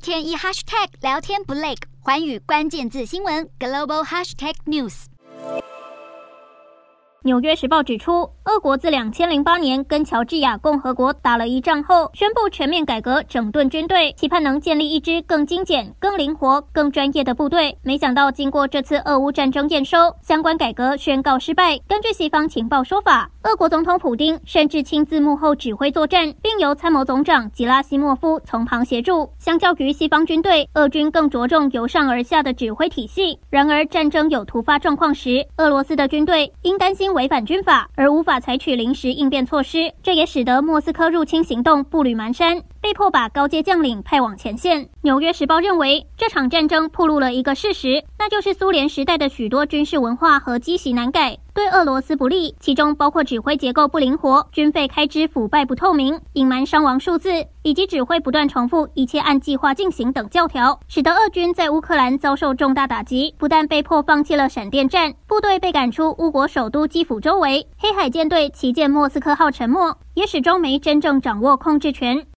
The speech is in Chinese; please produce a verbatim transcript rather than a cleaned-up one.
天一 hashtag 聊天不累，寰宇关键字新闻 global hashtag news。 纽约时报指出，俄国自两千零八年跟乔治亚共和国打了一仗后，宣布全面改革整顿军队，期盼能建立一支更精简、更灵活、更专业的部队。没想到经过这次俄乌战争验收，相关改革宣告失败。根据西方情报说法，俄国总统普丁甚至亲自幕后指挥作战，并由参谋总长吉拉西莫夫从旁协助。相较于西方军队，俄军更着重由上而下的指挥体系。然而，战争有突发状况时，俄罗斯的军队因担心违反军法而无法采取临时应变措施，这也使得莫斯科入侵行动步履蹒跚，被迫把高阶将领派往前线。纽约时报认为，这场战争暴露了一个事实，那就是苏联时代的许多军事文化和积习难改，对俄罗斯不利，其中包括指挥结构不灵活、军费开支腐败不透明、隐瞒伤亡数字，以及指挥不断重复一切按计划进行等教条，使得俄军在乌克兰遭受重大打击，不但被迫放弃了闪电战，部队被赶出乌国首都基辅周围，黑海舰队旗舰莫斯科号沉没，也始终没真正掌握控制权。